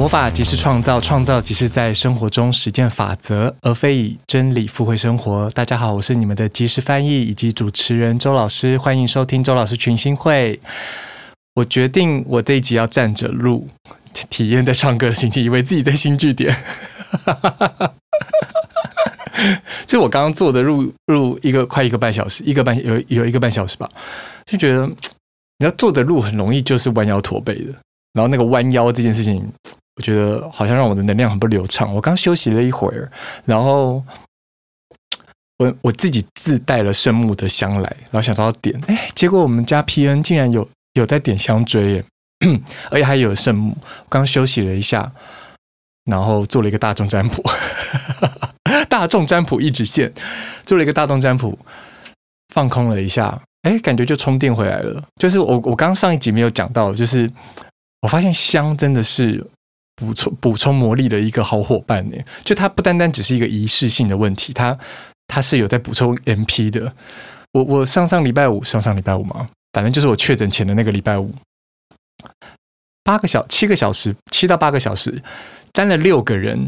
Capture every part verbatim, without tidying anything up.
魔法即是创造，创造即是在生活中实践法则，而非以真理附会生活。大家好，我是你们的即时翻译以及主持人周老师，欢迎收听周老师群星会。我决定我这一集要站着录，体验在唱歌的心情，以为自己在新据点。就我刚刚坐的录录一个快一个半小时，一个半有有一个半小时吧，就觉得你要坐的录很容易就是弯腰驼背的，然后那个弯腰这件事情，我觉得好像让我的能量很不流畅。我刚休息了一会儿，然后我我自己自带了圣木的香来，然后想到要点，哎，结果我们家 P N 竟然有有在点香锥耶，而且还有圣木。我刚休息了一下，然后做了一个大众占卜。大众占卜一直线，做了一个大众占卜，放空了一下，哎，感觉就充电回来了。就是我我刚刚上一集没有讲到，就是我发现香真的是补充补充魔力的一个好伙伴呢。就它不单单只是一个仪式性的问题，它它是有在补充 M P 的。我我上上礼拜五，上上礼拜五嘛，反正就是我确诊前的那个礼拜五，八个小七个小时，七到八个小时，沾了六个人。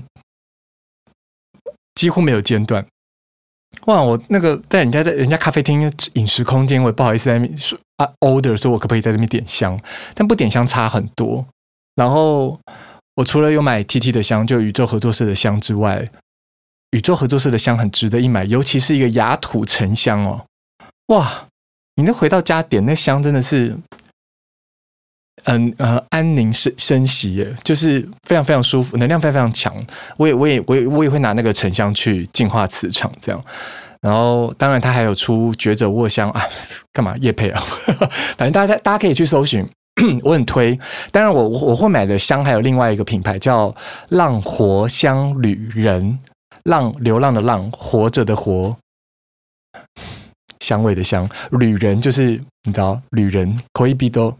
几乎没有间断，哇！我那个在人家在人家咖啡厅饮食空间，我也不好意思在那边说啊 order 说我可不可以在那边点香，但不点香差很多。然后我除了有买 T T 的香，就宇宙合作社的香之外，宇宙合作社的香很值得一买，尤其是一个雅土沉香哦，哇！你那回到家点那香真的是。嗯呃，安宁生生息耶，就是非常非常舒服，能量非常非常强。我也我也我也我也会拿那个沉香去净化磁场，这样。然后当然它还有出觉者卧香啊，干嘛业配啊？反正大家大家可以去搜寻，我很推。当然我我会买的香还有另外一个品牌叫浪活香旅人，浪流浪的浪，活着的活。香味的香，旅人就是你知道，旅人可以比都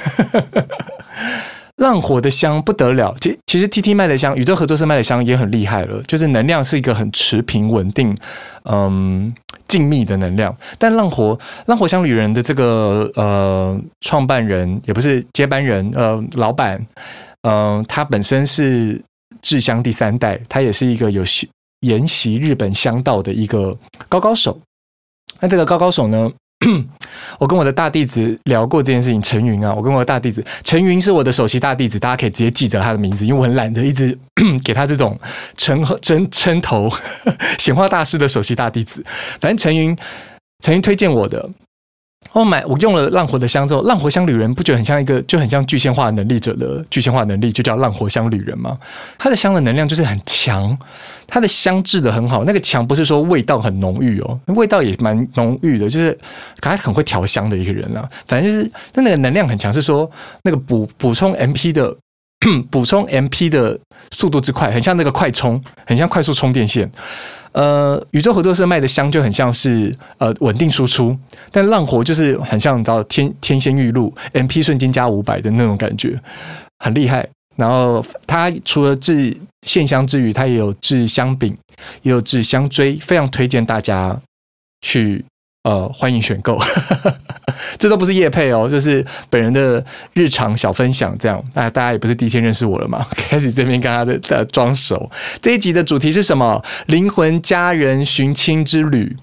浪火的香不得了。其其实 T T 卖的香，宇宙合作社卖的香也很厉害了，就是能量是一个很持平稳定，嗯，静谧的能量。但浪火浪火香旅人的这个呃创办人也不是接班人，呃，老板，嗯、呃，他本身是制香第三代，他也是一个有研习日本香道的一个高高手。那这个高高手呢，我跟我的大弟子聊过这件事情，陈云啊，我跟我的大弟子陈云是我的首席大弟子，大家可以直接记着他的名字，因为我很懒得一直给他这种称称称头，显化大师的首席大弟子。反正陈云陈云推荐我的。我买我用了浪火的香之后，浪火香旅人不觉得很像一个就很像具现化能力者的具现化能力，就叫浪火香旅人吗？它的香的能量就是很强，它的香质的很好。那个强不是说味道很浓郁哦，味道也蛮浓郁的，就是他很会调香的一个人啦。反正就是那个能量很强，是说那个补补充 M P 的补充 M P 的速度之快，很像那个快充，很像快速充电线。呃，宇宙合作社卖的香就很像是呃稳定输出，但浪火就是很像你知道天天仙玉露 M P 瞬间加五百的那种感觉，很厉害。然后它除了制线香之余，它也有制香饼，也有制香锥，非常推荐大家去呃欢迎选购。这都不是业配哦，就是本人的日常小分享这样。啊，大家也不是第一天认识我了嘛，开始这边跟他的的装熟。这一集的主题是什么？灵魂家人寻亲之旅。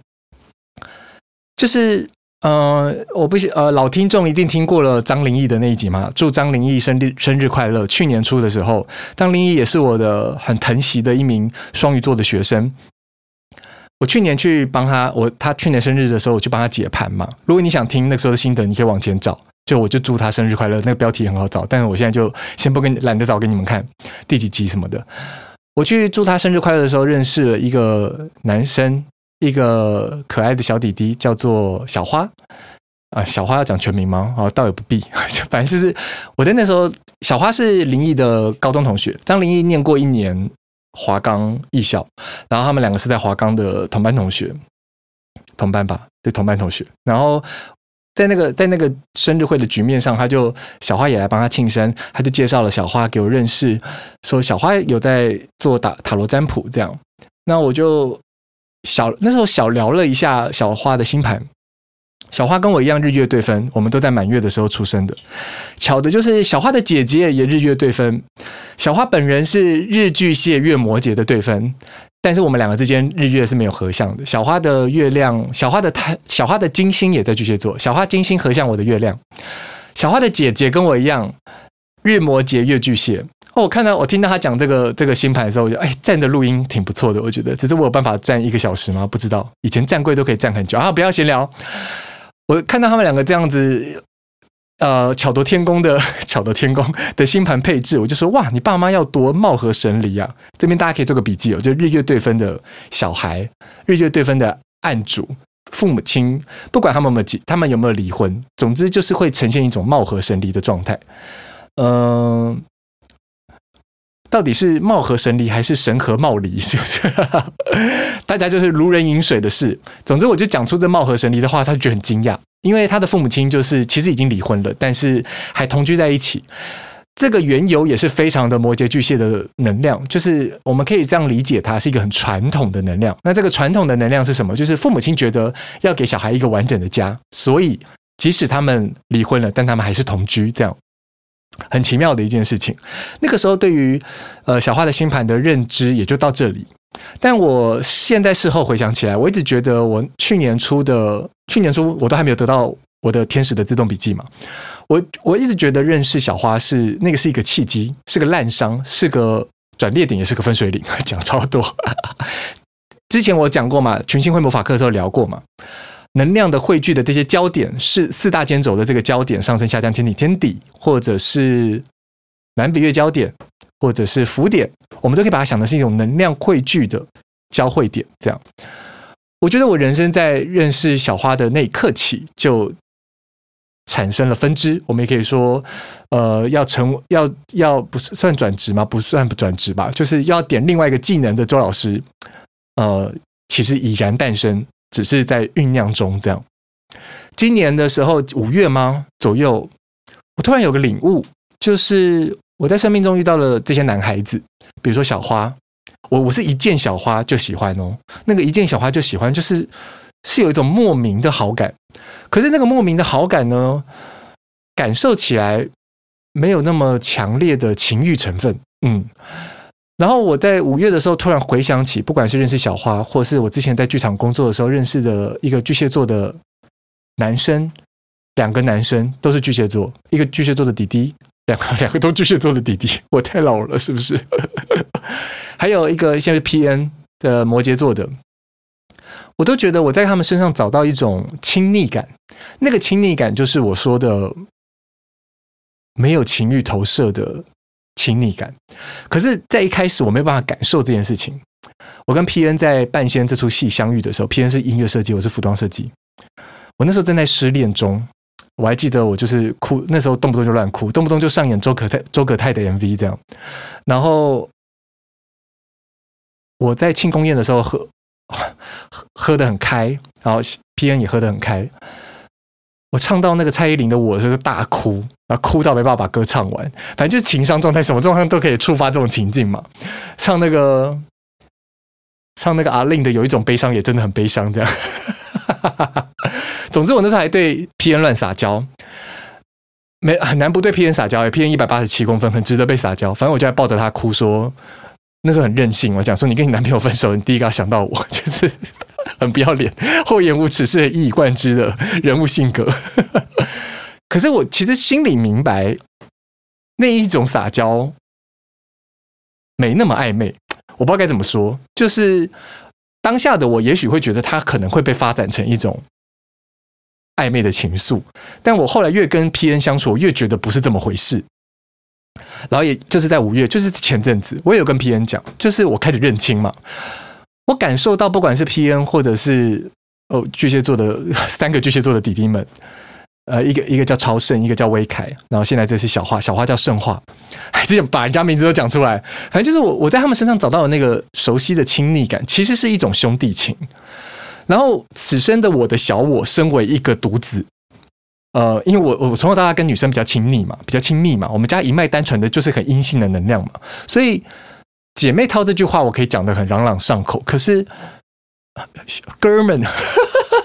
就是呃，我不呃老听众一定听过了张灵异的那一集嘛，祝张灵异生日生日快乐。去年初的时候，张灵异也是我的很疼惜的一名双鱼座的学生。我去年去帮他，我他去年生日的时候，我去帮他解盘嘛。如果你想听那个时候的心得，你可以往前找，就我就祝他生日快乐，那个标题很好找，但是我现在就先不跟懒得找给你们看第几集什么的。我去祝他生日快乐的时候，认识了一个男生，一个可爱的小弟弟，叫做小花。啊，小花要讲全名吗？哦，倒也不必，反正就是我在那时候，小花是灵异的高中同学，张灵异念过一年华冈艺校，然后他们两个是在华冈的同班同学，同班吧，对，同班同学。然后在那个在那个生日会的局面上，他就小花也来帮他庆生，他就介绍了小花给我认识，说小花有在做打塔罗占卜这样。那我就小那时候小聊了一下小花的星盘， 小花跟我一样日月对分，我们都在满月的时候出生的。巧的就是小花的姐姐也日月对分，小花本人是日巨蟹月摩羯的对分，但是我们两个之间日月是没有合相的。小花的月亮，小花的太，小花的金星也在巨蟹座，小花金星合相我的月亮。小花的姐姐跟我一样，日摩羯月巨蟹。哦，我看到我听到他讲这个这个星盘的时候，我就哎站的录音挺不错的，我觉得，只是我有办法站一个小时吗？不知道，以前站柜都可以站很久啊！不要闲聊。我看到他们两个这样子，呃，巧夺天工的巧夺天工的星盘配置，我就说哇，你爸妈要多貌合神离啊！这边大家可以做个笔记哦，就日月对分的小孩，日月对分的案主，父母亲，不管他们有没有他们有没有离婚，总之就是会呈现一种貌合神离的状态。嗯、呃，到底是貌合神离还是神合貌离？大家就是如人饮水的事。总之，我就讲出这貌合神离的话，他就觉得很惊讶，因为他的父母亲就是其实已经离婚了，但是还同居在一起。这个缘由也是非常的摩羯巨蟹的能量，就是我们可以这样理解，它是一个很传统的能量。那这个传统的能量是什么？就是父母亲觉得要给小孩一个完整的家，所以即使他们离婚了，但他们还是同居，这样。很奇妙的一件事情。那个时候对于呃小花的星盘的认知也就到这里。但我现在事后回想起来，我一直觉得我去年初的去年初我都还没有得到我的天使的自动笔记嘛。我我一直觉得认识小花是那个是一个契机，是个烂伤，是个转捩点，也是个分水岭。讲超多。之前我讲过嘛，群星会魔法课的时候聊过嘛。能量的汇聚的这些焦点是四大间轴的这个焦点，上升下降天体天底，或者是南北月焦点，或者是浮点，我们都可以把它想的是一种能量汇聚的交汇点。这样，我觉得我人生在认识小花的那一刻起就产生了分支。我们也可以说，呃，要成要要不算转职吗？不算不转职吧，就是要点另外一个技能的周老师，呃，其实已然诞生。只是在酝酿中，这样。今年的时候，五月吗左右，我突然有个领悟，就是我在生命中遇到了这些男孩子，比如说小花，我我是一见小花就喜欢哦，那个一见小花就喜欢，就是是有一种莫名的好感，可是那个莫名的好感呢，感受起来没有那么强烈的情欲成分，嗯。然后我在五月的时候突然回想起，不管是认识小花，或是我之前在剧场工作的时候认识的一个巨蟹座的男生，两个男生都是巨蟹座，一个巨蟹座的弟弟，两个两个都巨蟹座的弟弟，我太老了是不是？还有一个现在是 P N 的摩羯座的，我都觉得我在他们身上找到一种亲昵感，那个亲昵感就是我说的没有情欲投射的亲昵感。可是在一开始我没有办法感受这件事情。我跟 P N 在半仙这出戏相遇的时候， P N 是音乐设计，我是服装设计，我那时候正在失恋中，我还记得我就是哭，那时候动不动就乱哭，动不动就上演周可泰周可泰的 M V 这样。然后我在庆功宴的时候喝喝得很开，然后 P N 也喝得很开，我唱到那个蔡依林的我的时候就大哭，然后哭到没办法把歌唱完，反正就是情伤状态，什么状态都可以触发这种情境嘛。唱那个唱那个阿令的有一种悲伤也真的很悲伤这样。总之我那时候还对 P N 乱撒娇，没很难不对 P N 撒娇， P N 一百八十七公分，很值得被撒娇。反正我就还抱着他哭说，那时候很任性，我讲说你跟你男朋友分手，你第一个要想到我，就是很不要脸，厚颜无耻是一以贯之的人物性格。可是我其实心里明白，那一种撒娇没那么暧昧，我不知道该怎么说，就是当下的我也许会觉得他可能会被发展成一种暧昧的情愫，但我后来越跟 P N 相处，我越觉得不是这么回事。然后也就是在五月，就是前阵子，我也有跟 P N 讲，就是我开始认清嘛，我感受到不管是 P N 或者是哦巨蟹座的三个巨蟹座的弟弟们，呃，一个一个叫超胜，一个叫威凯，然后现在这是小花，小花叫盛化，还是把人家名字都讲出来，反正就是我我在他们身上找到的那个熟悉的亲昵感，其实是一种兄弟情。然后此生的我的小我，身为一个独子。呃，因为我我从小到大跟女生比较亲密嘛，比较亲密嘛，我们家一脉单传的就是很阴性的能量嘛，所以姐妹淘这句话我可以讲得很朗朗上口。可是哥们，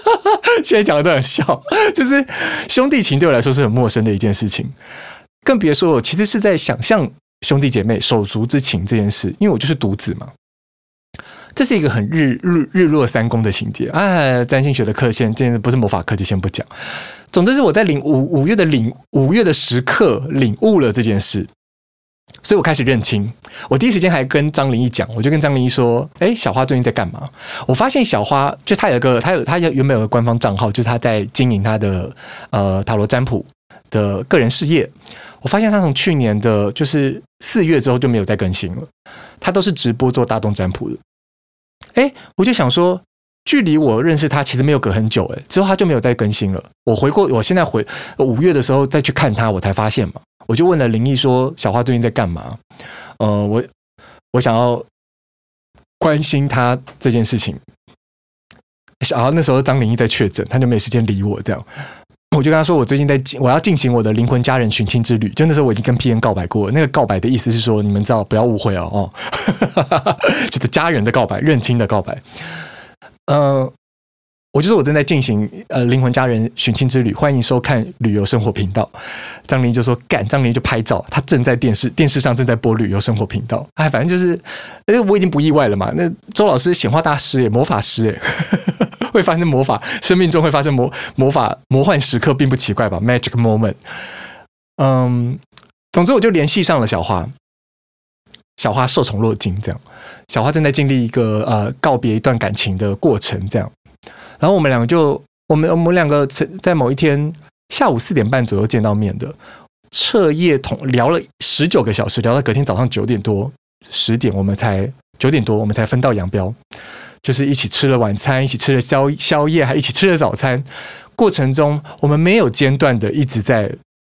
现在讲的都很笑，就是兄弟情对我来说是很陌生的一件事情，更别说我其实是在想象兄弟姐妹手足之情这件事，因为我就是独子嘛。这是一个很日日日落三公的情节。哎，占星学的课先，这不是魔法课，就先不讲。总之是我在领五五月的领五月的时刻领悟了这件事，所以我开始认清。我第一时间还跟张灵一讲，我就跟张灵一说：“哎，小花最近在干嘛？”我发现小花就她有个，她有她原本有个官方账号，就是她在经营她的呃塔罗占卜的个人事业。我发现她从去年的就是四月之后就没有再更新了，她都是直播做大众占卜的。哎，我就想说，距离我认识他其实没有隔很久，哎，之后他就没有再更新了。我回过，我现在回五月的时候再去看他，我才发现嘛。我就问了灵异说：“小花最近在干嘛？”呃，我我想要关心他这件事情。然后那时候张灵异在确诊，他就没时间理我，这样我就跟他说：“我最近在，我要进行我的灵魂家人寻亲之旅。”就那时候我已经跟 P N 告白过了，那个告白的意思是说，你们知道，不要误会哦，哦，就是家人的告白，认亲的告白。呃，我就说我正在进行呃灵魂家人寻亲之旅，欢迎收看旅游生活频道。张灵就说干，张灵就拍照，他正在电视电视上正在播旅游生活频道。哎，反正就是，哎，我已经不意外了嘛。那周老师显化大师耶，魔法师耶。会发生魔法，生命中会发生魔魔法魔幻时刻，并不奇怪吧 ？Magic moment。嗯，总之我就联系上了小花，小花受宠若惊，这样。小花正在经历一个呃告别一段感情的过程，这样。然后我们两个就，我们我们两个在某一天下午四点半左右见到面的，彻夜同聊了十九个小时，聊到隔天早上九点多十点，我们才九点多我们才分道扬镳。就是一起吃了晚餐，一起吃了宵宵夜，还一起吃了早餐。过程中，我们没有间断的一直在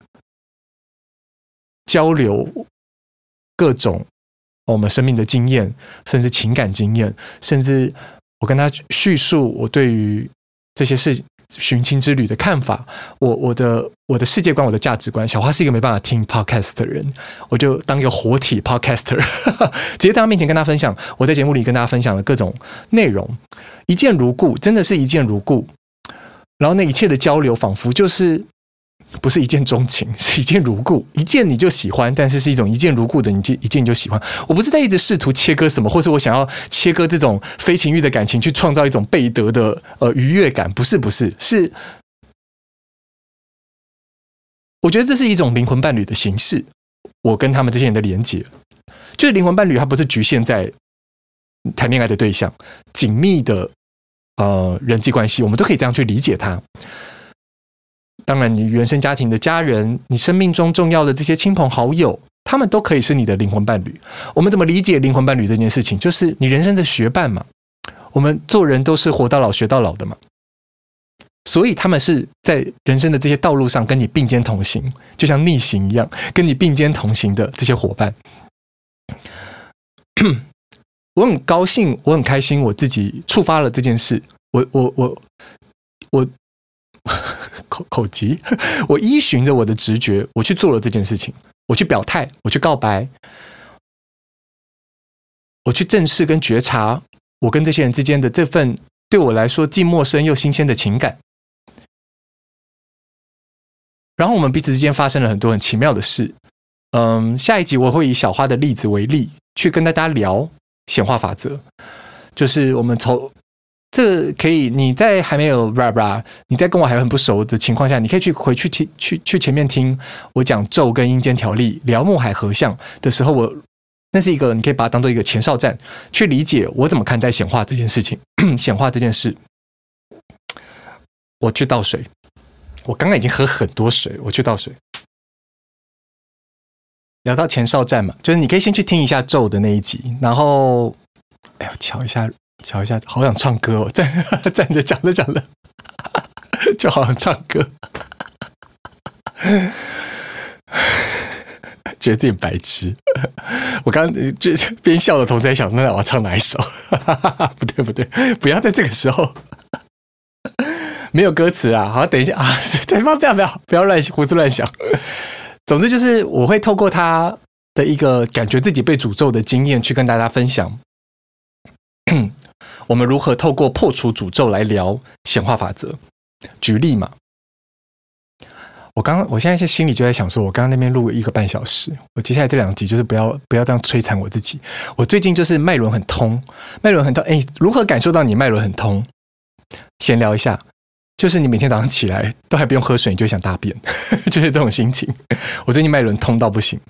交流各种我们生命的经验，甚至情感经验，甚至我跟他叙述我对于这些事寻亲之旅的看法，我我的我的世界观，我的价值观。小花是一个没办法听 podcast 的人，我就当一个活体 podcaster， 直接在他面前跟他分享，我在节目里跟大家分享的各种内容，一见如故，真的是一见如故。然后那一切的交流，仿佛就是不是一见钟情，是一见如故，一见你就喜欢，但是是一种一见如故的，你一见你就喜欢。我不是在一直试图切割什么，或是我想要切割这种非情欲的感情，去创造一种倍得的呃愉悦感，不是不是，是我觉得这是一种灵魂伴侣的形式。我跟他们这些人的连结，就是灵魂伴侣，它不是局限在谈恋爱的对象，紧密的呃人际关系，我们都可以这样去理解它。当然，你原生家庭的家人，你生命中重要的这些亲朋好友，他们都可以是你的灵魂伴侣。我们怎么理解灵魂伴侣这件事情？就是你人生的学伴嘛。我们做人都是活到老学到老的嘛，所以他们是在人生的这些道路上跟你并肩同行，就像逆行一样，跟你并肩同行的这些伙伴。我很高兴，我很开心，我自己触发了这件事。我我我我。口口急，我依循着我的直觉，我去做了这件事情，我去表态，我去告白，我去正视跟觉察我跟这些人之间的这份对我来说既陌生又新鲜的情感。然后我们彼此之间发生了很多很奇妙的事。嗯，下一集我会以小花的例子为例，去跟大家聊显化法则，就是我们从这可以，你在还没有 blah blah， 你在跟我还很不熟的情况下，你可以去回去听去去前面听我讲咒跟阴间条例、聊木海合相的时候，我那是一个你可以把它当做一个前哨站，去理解我怎么看待显化这件事情。显化这件事，我去倒水，我刚刚已经喝很多水，我去倒水。聊到前哨站嘛，就是你可以先去听一下咒的那一集，然后，哎呦，瞧一下。瞧一下，好想唱歌哦！站站着讲着讲着，就好想唱歌，觉得自己白痴。我刚刚就边笑的同时在想，那我要唱哪一首？不对不对，不要在这个时候，没有歌词啊！好，等一下啊！对吗？不要不要不要乱胡思乱想。总之就是我会透过他的一个感觉自己被诅咒的经验，去跟大家分享。我们如何透过破除诅咒来聊显化法则？ 举例嘛，我刚刚我现在是心里就在想说，我刚刚那边录了一个半小时，我接下来这两集就是不要不要这样摧残我自己。我最近就是脉轮很通，脉轮很通，哎，如何感受到你脉轮很通？闲聊一下，就是你每天早上起来都还不用喝水，你就会想大便，就是这种心情。我最近脉轮通到不行。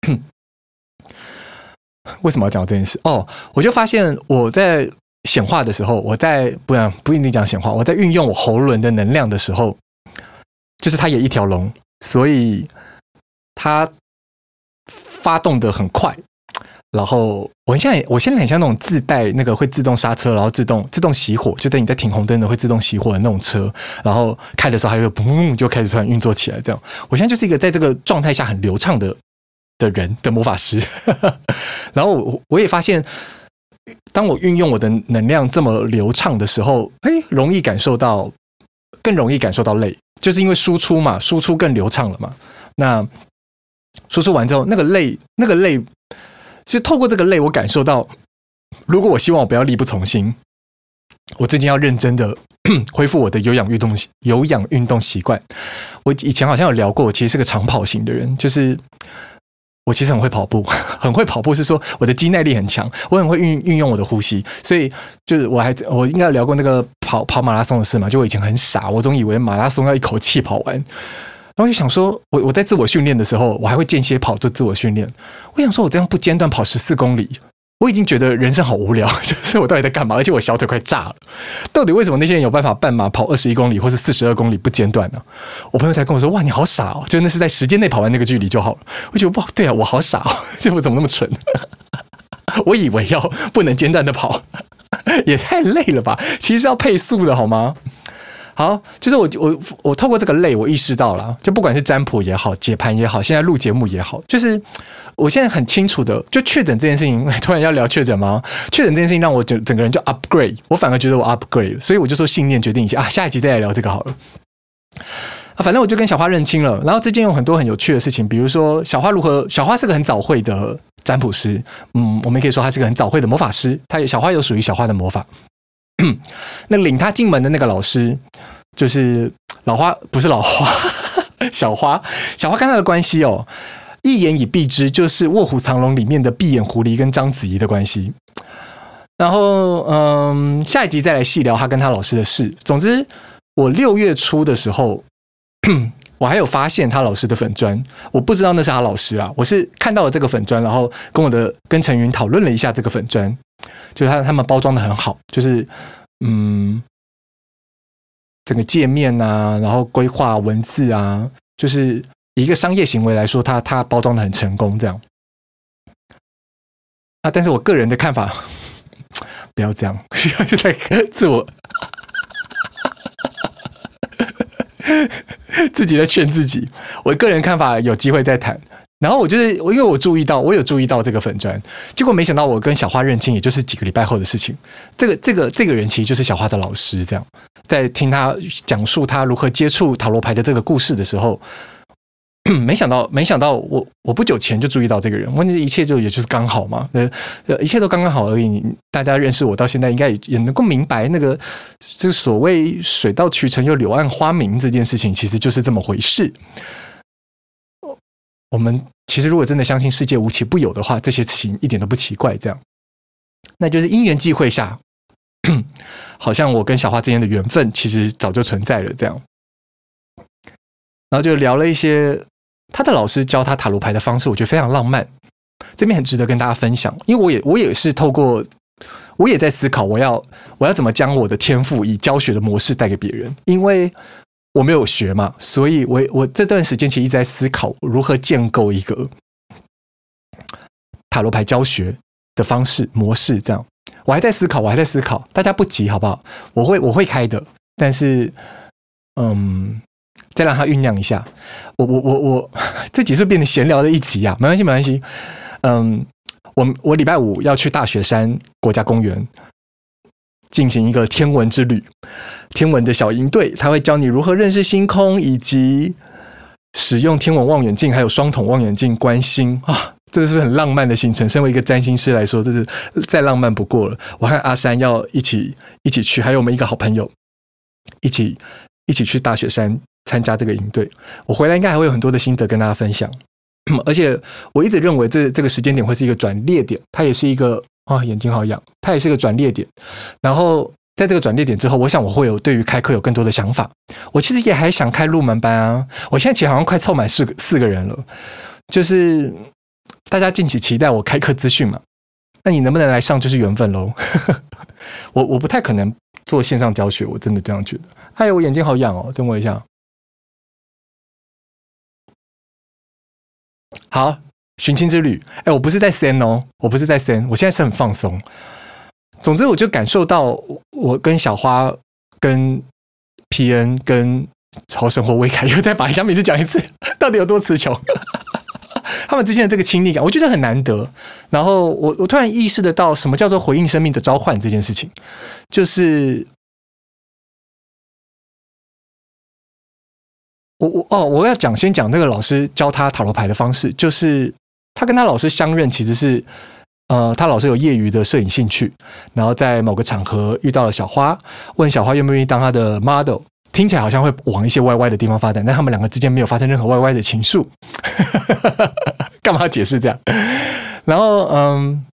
为什么要讲这件事？哦，我就发现我在显化的时候，我在不然不一定讲显化，我在运用我喉轮的能量的时候，就是它也一条龙，所以它发动的很快。然后我现在我现在很像那种自带那个会自动刹车，然后自动自动熄火，就等你在停红灯的会自动熄火的那种车，然后开的时候还会嘣就开始突然运作起来。这样，我现在就是一个在这个状态下很流畅的的人的魔法师。然后 我, 我也发现，当我运用我的能量这么流畅的时候，哎，容易感受到，更容易感受到累，就是因为输出嘛，输出更流畅了嘛。那输出完之后，那个累，那个累。就透过这个累，我感受到，如果我希望我不要力不从心，我最近要认真的恢复我的有氧运动有氧运动习惯。我以前好像有聊过，我其实是个长跑型的人，就是我其实很会跑步，很会跑步是说我的肌耐力很强，我很会运运用我的呼吸，所以就是我还我应该有聊过那个跑跑马拉松的事嘛，就我以前很傻，我总以为马拉松要一口气跑完。然后就想说，我我在自我训练的时候，我还会间歇跑做自我训练。我想说，我这样不间断跑十四公里，我已经觉得人生好无聊，就是我到底在干嘛？而且我小腿快炸了。到底为什么那些人有办法半马跑二十一公里或是四十二公里不间断呢？我朋友才跟我说：“哇，你好傻哦！就那是在时间内跑完那个距离就好了。”我觉得哇，对啊，我好傻哦，就我怎么那么蠢？我以为要不能间断的跑，也太累了吧？其实是要配速的好吗？好，就是我我我透过这个累，我意识到了，就不管是占卜也好，解盘也好，现在录节目也好，就是我现在很清楚的，就确诊这件事情，突然要聊确诊吗？确诊这件事情让我整整个人就 upgrade， 我反而觉得我 upgrade 了，所以我就说信念决定一切啊，下一集再来聊这个好了。啊，反正我就跟小花认清了，然后之间有很多很有趣的事情，比如说小花如何，小花是个很早会的占卜师，嗯，我们也可以说她是个很早会的魔法师，她有小花有属于小花的魔法。那领他进门的那个老师就是老花，不是老花，小花。小花跟他的关系哦，一言以蔽之，就是《卧虎藏龙》里面的闭眼狐狸跟章子怡的关系。然后，嗯，下一集再来细聊他跟他老师的事。总之，我六月初的时候，我还有发现他老师的粉专，我不知道那是他老师啦，我是看到了这个粉专，然后跟我的跟陈云讨论了一下这个粉专。就是他他们包装的很好，就是嗯，整个界面啊，然后规划文字啊，就是以一个商业行为来说，它它包装的很成功，这样。啊，但是我个人的看法，不要这样，就在自我自己在劝自己。我个人看法有机会再谈。然后我就是因为我注意到，我有注意到这个粉专，结果没想到我跟小花认清，也就是几个礼拜后的事情。这个这个这个人其实就是小花的老师，这样在听他讲述他如何接触塔罗牌的这个故事的时候，没想到没想到我我不久前就注意到这个人，我一切就也就是刚好嘛，呃，一切都刚刚好而已。大家认识我到现在，应该也也能够明白那个这个所谓水到渠成又柳暗花明这件事情，其实就是这么回事。我们其实如果真的相信世界无奇不有的话，这些事情一点都不奇怪，这样，那就是因缘际会下，好像我跟小花之间的缘分其实早就存在了，这样。然后就聊了一些他的老师教他塔罗牌的方式，我觉得非常浪漫，这边很值得跟大家分享。因为我也我也是透过，我也在思考，我要我要怎么将我的天赋以教学的模式带给别人，因为我没有学嘛，所以我我这段时间其实一直在思考如何建构一个塔罗牌教学的方式模式，这样我还在思考，我还在思考，大家不急好不好？我会我会开的，但是嗯，再让它酝酿一下。我我我我这集是变成闲聊的一集啊，没关系没关系。嗯，我我礼拜五要去大雪山国家公园进行一个天文之旅，天文的小营队，他会教你如何认识星空，以及使用天文望远镜，还有双筒望远镜观星啊，这是很浪漫的行程。身为一个占星师来说，这是再浪漫不过了。我和阿山要一起一起去，还有我们一个好朋友一起一起去大雪山参加这个营队。我回来应该还会有很多的心得跟大家分享。而且我一直认为这这个时间点会是一个转捩点，它也是一个啊眼睛好痒，它也是一个转捩点。然后在这个转捩点之后，我想我会有对于开课有更多的想法。我其实也还想开入门班啊，我现在其实好像快凑满四个四个人了，就是大家敬请期待我开课资讯嘛。那你能不能来上就是缘分咯。我我不太可能做线上教学，我真的这样觉得。哎，我眼睛好痒哦，等我一下。好，寻亲之旅，哎，我不是在 send 哦，我不是在 send， 我现在是很放松。总之，我就感受到我跟小花、跟 P N、跟超生活微凯又再把人家名字讲一次，到底有多词穷？他们之间的这个亲密感，我觉得很难得。然后我我突然意识得到，什么叫做回应生命的召唤这件事情，就是我我哦，我要讲先讲那个老师教他塔罗牌的方式，就是他跟他老师相认，其实是呃，他老师有业余的摄影兴趣，然后在某个场合遇到了小花，问小花愿不愿意当他的 model。听起来好像会往一些歪歪的地方发展，但他们两个之间没有发生任何歪歪的情愫。干嘛要解释这样？然后，嗯，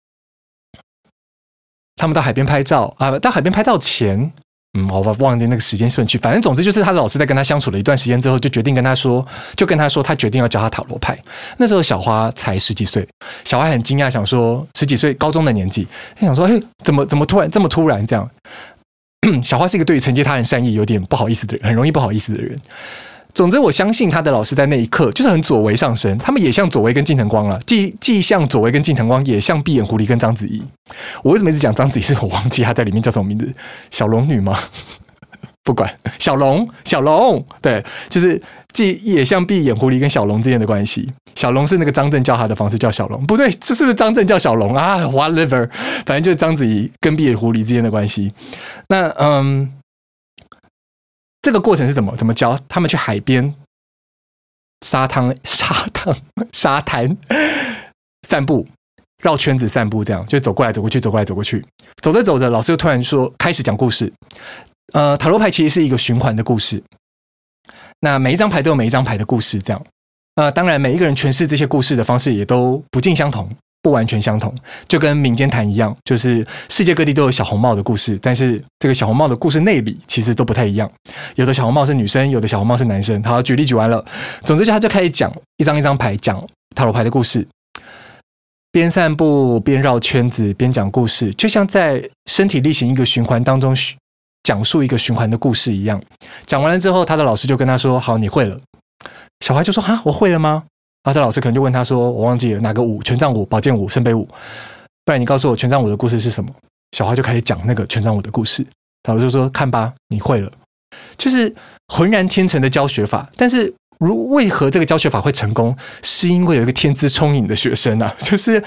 他们到海边拍照啊，到海边拍照前，嗯，我忘记那个时间顺序。反正总之就是他的老师在跟他相处了一段时间之后，就决定跟他说，就跟他说，他决定要教他塔罗牌。那时候小花才十几岁，小花很惊讶，想说十几岁高中的年纪，想说，哎，怎么怎么突然这么突然这样？小花是一个对于承接他人善意有点不好意思的人，很容易不好意思的人。总之，我相信他的老师在那一刻就是很左为上升，他们也像左为跟近藤光了，既既像左为跟近藤光，也像闭眼狐狸跟章子怡。我为什么一直讲章子怡？是我忘记她在里面叫什么名字？小龙女吗？不管，小龙，小龙，对，就是既也像闭眼狐狸跟小龙之间的关系。小龙是那个张震叫他的方式叫小龙，不对，这是不是张震叫小龙啊 ？Whatever， 反正就是章子怡跟闭眼狐狸之间的关系。那嗯，这个过程是怎么怎么教？他们去海边、沙滩、沙滩、沙滩散步，绕圈子散步，这样就走过来走过去，走过来走过去，走着走着，老师就突然说开始讲故事。呃，塔罗牌其实是一个循环的故事，那每一张牌都有每一张牌的故事，这样。呃，当然每一个人诠释这些故事的方式也都不尽相同，不完全相同，就跟民间谈一样，就是世界各地都有小红帽的故事，但是这个小红帽的故事内里其实都不太一样。有的小红帽是女生，有的小红帽是男生。好，举例举完了，总之就他就开始讲一张一张牌，讲塔罗牌的故事，边散步边绕圈子边讲故事，就像在身体力行一个循环当中讲述一个循环的故事一样。讲完了之后，他的老师就跟他说：“好，你会了。”小孩就说：“哈，我会了吗？”然后他老师可能就问他说：“我忘记了哪个舞，权杖舞、宝剑舞、圣杯舞，不然你告诉我权杖舞的故事是什么？”小花就开始讲那个权杖舞的故事。老师就说：“看吧，你会了。”就是浑然天成的教学法。但是如为何这个教学法会成功，是因为有一个天资聪颖的学生啊，就是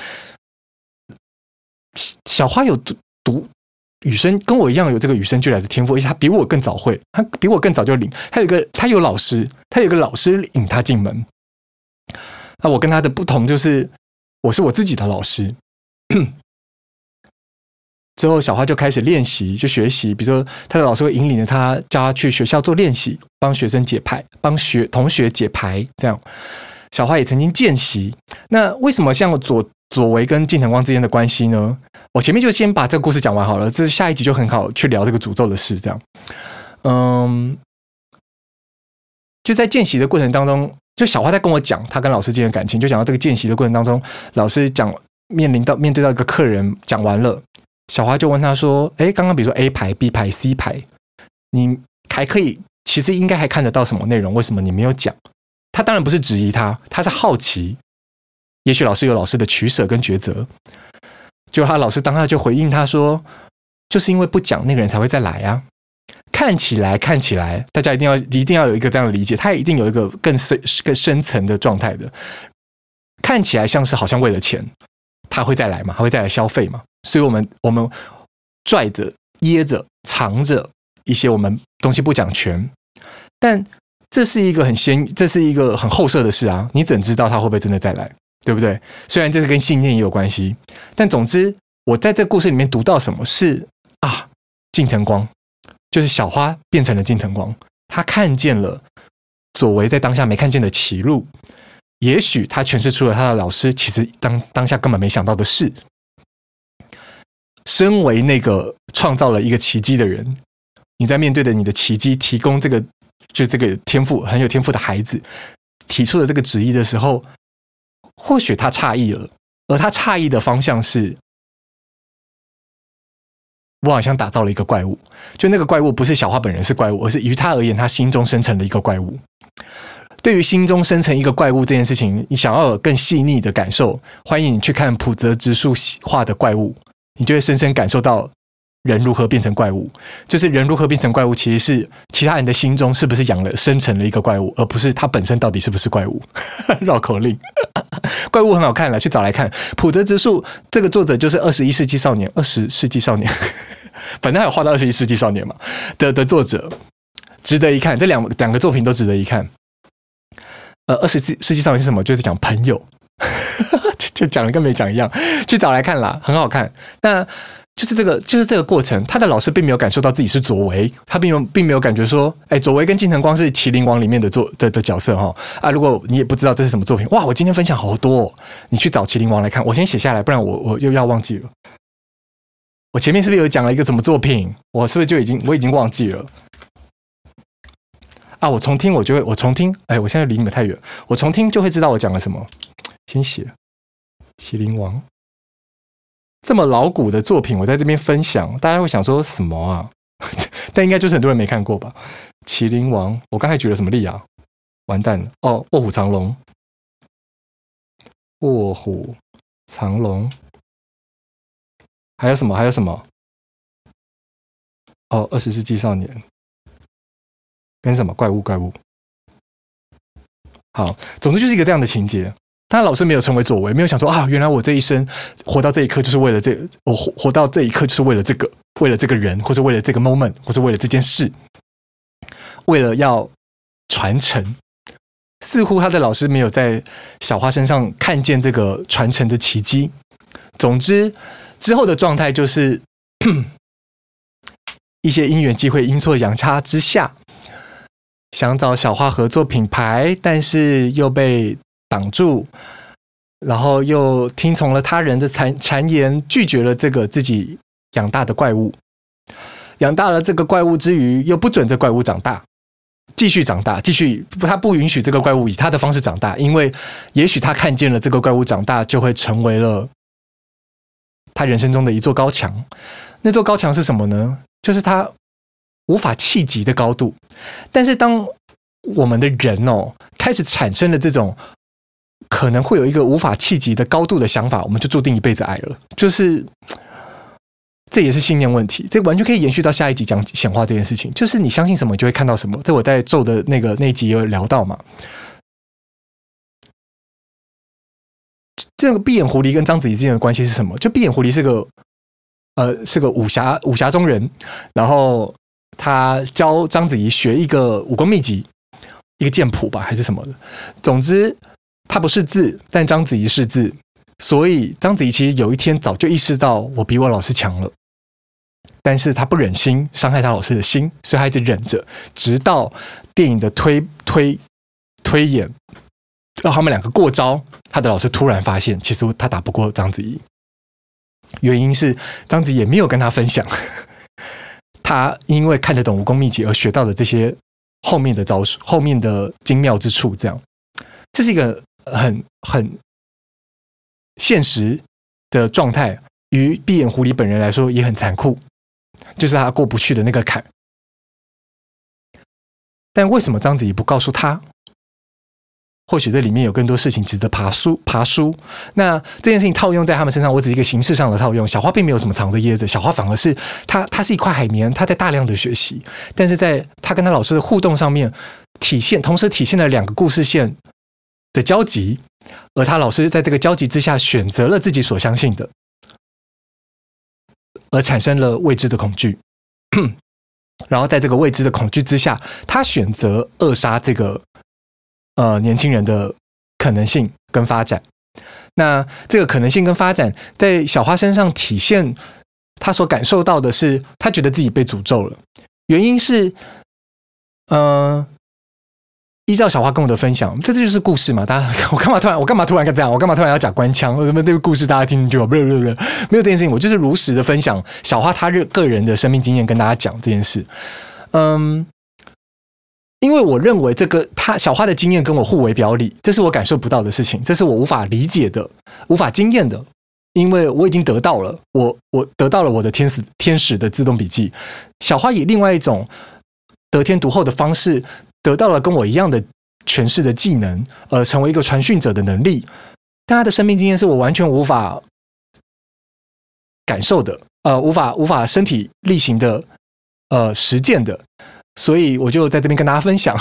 小花有读读与生，跟我一样有这个与生俱来的天赋，而且他比我更早会，他比我更早就领。他有一个，他有老师，他有一个老师引他进门。那我跟他的不同就是，我是我自己的老师。之后，小花就开始练习，就学习。比如说，他的老师会引领着他，叫他去学校做练习，帮学生解牌，帮学同学解牌。这样，小花也曾经见习。那为什么像左左为跟近藤光之间的关系呢？我前面就先把这个故事讲完好了，这下一集就很好去聊这个诅咒的事。这样，嗯，就在见习的过程当中，就小花在跟我讲他跟老师之间的感情，就讲到这个见习的过程当中，老师讲面临到面对到一个客人，讲完了，小花就问他说：“哎，刚刚比如说 A 牌、B 牌、C 牌，你还可以，其实应该还看得到什么内容？为什么你没有讲？”他当然不是质疑他，他是好奇。也许老师有老师的取舍跟抉择。就他老师当下就回应他说：“就是因为不讲，那个人才会再来啊。看起来，看起来，大家一定要一定要有一个这样的理解，他一定有一个更深更深层的状态的。看起来像是好像为了钱，他会再来嘛，他会再来消费嘛。所以我们我们拽着、掖着、藏着一些我们东西不讲全，但这是一个很先，这是一个很后设的事啊。你怎知道他会不会真的再来？”对不对？虽然这是跟信念也有关系，但总之，我在这故事里面读到什么是啊，近藤光，就是小花变成了近藤光， 他看见了佐为在当下没看见的歧路，也许他诠释出了他的老师其实当当下根本没想到的事。身为那个创造了一个奇迹的人，你在面对的你的奇迹，提供这个就这个天赋很有天赋的孩子提出了这个质疑的时候，或许他诧异了，而他诧异的方向是，我好像打造了一个怪物，就那个怪物不是小花本人是怪物，而是于他而言他心中生成了一个怪物。对于心中生成一个怪物这件事情，你想要有更细腻的感受，欢迎你去看浦泽直树画的怪物，你就会深深感受到人如何变成怪物。就是人如何变成怪物，其实是其他人的心中是不是养了生成了一个怪物，而不是他本身到底是不是怪物。绕口令。怪物很好看了，去找来看。浦泽直树这个作者就是二十一世纪少年，二十世纪少年，反正还有画到二十一世纪少年嘛的的作者，值得一看。这两两个作品都值得一看。呃，二十世纪少年是什么？就是讲朋友，就讲的跟没讲一样。去找来看啦，很好看。那就是这个，就是这个过程。他的老师并没有感受到自己是佐为，他并没有并没有感觉说，哎，佐为跟金城光是《麒麟王》里面的作的的角色哈啊。如果你也不知道这是什么作品，哇，我今天分享好多哦，你去找《麒麟王》来看。我先写下来，不然我我又要忘记了。我前面是不是有讲了一个什么作品？我是不是就已经我已经忘记了？啊，我重听我就会，我重听，哎，我现在离你们太远，我重听就会知道我讲了什么。先写《麒麟王》。这么老古的作品，我在这边分享，大家会想说什么啊？但应该就是很多人没看过吧？麒麟王，我刚才举了什么例啊？完蛋了！哦，卧虎藏龙，卧虎藏龙，还有什么？还有什么？哦，二十世纪少年，跟什么怪物？怪物。好，总之就是一个这样的情节。他老师没有成为佐为，没有想说啊，原来我这一生活到这一刻就是为了这个，我活活到这一刻就是为了这个，为了这个人，或者为了这个 moment， 或者为了这件事，为了要传承。似乎他的老师没有在小花身上看见这个传承的奇迹。总之，之后的状态就是一些因缘机会、阴错阳差之下，想找小花合作品牌，但是又被挡住，然后又听从了他人的谗谗言，拒绝了这个自己养大的怪物。养大了这个怪物之余，又不准这怪物长大，继续长大，继续他不允许这个怪物以他的方式长大，因为也许他看见了这个怪物长大，就会成为了他人生中的一座高墙。那座高墙是什么呢？就是他无法企及的高度。但是当我们的人哦开始产生了这种可能会有一个无法企及的高度的想法，我们就注定一辈子矮了。就是这也是信念问题，这完全可以延续到下一集讲显化这件事情。就是你相信什么，你就会看到什么。这我在咒的那个那一集有聊到嘛。这个闭眼狐狸跟章子怡之间的关系是什么？就闭眼狐狸是个呃是个武侠武侠中人，然后他教章子怡学一个武功秘籍，一个剑谱吧还是什么的。总之他不识字，但章子怡识字，所以章子怡其实有一天早就意识到我比我老师强了，但是他不忍心伤害他老师的心，所以他一直忍着，直到电影的推推推演让他们两个过招，他的老师突然发现其实他打不过章子怡，原因是章子怡也没有跟他分享他因为看得懂武功秘籍而学到的这些后面的招数，后面的精妙之处。这样，这是一个很很现实的状态，于闭眼狐狸本人来说也很残酷，就是他过不去的那个坎。但为什么章子怡不告诉他？或许这里面有更多事情值得爬书爬书。那这件事情套用在他们身上，我只是一个形式上的套用。小花并没有什么藏着掖着，小花反而是他，他是一块海绵，他在大量的学习，但是在他跟他老师的互动上面，体现同时体现了两个故事线的交集，而他老师在这个交集之下选择了自己所相信的，而产生了未知的恐惧。然后在这个未知的恐惧之下，他选择扼杀这个呃年轻人的可能性跟发展。那这个可能性跟发展在小花身上体现，他所感受到的是他觉得自己被诅咒了。原因是呃，依照小花跟我的分享，这就是故事嘛。大家，我干嘛突然，我干嘛突然这样？我干嘛突然要讲官腔？为什么这个故事大家听进去了？不是不是不是，没有这件事情，我就是如实的分享小花她个人的生命经验，跟大家讲这件事。嗯，因为我认为这个她小花的经验跟我互为表里，这是我感受不到的事情，这是我无法理解的、无法经验的。因为我已经得到了，我我得到了我的天使天使的自动笔记。小花以另外一种得天独厚的方式。得到了跟我一样的诠释的技能，呃，成为一个传讯者的能力，但他的生命经验是我完全无法感受的，呃，无法无法身体力行的，呃，实践的，所以我就在这边跟大家分享。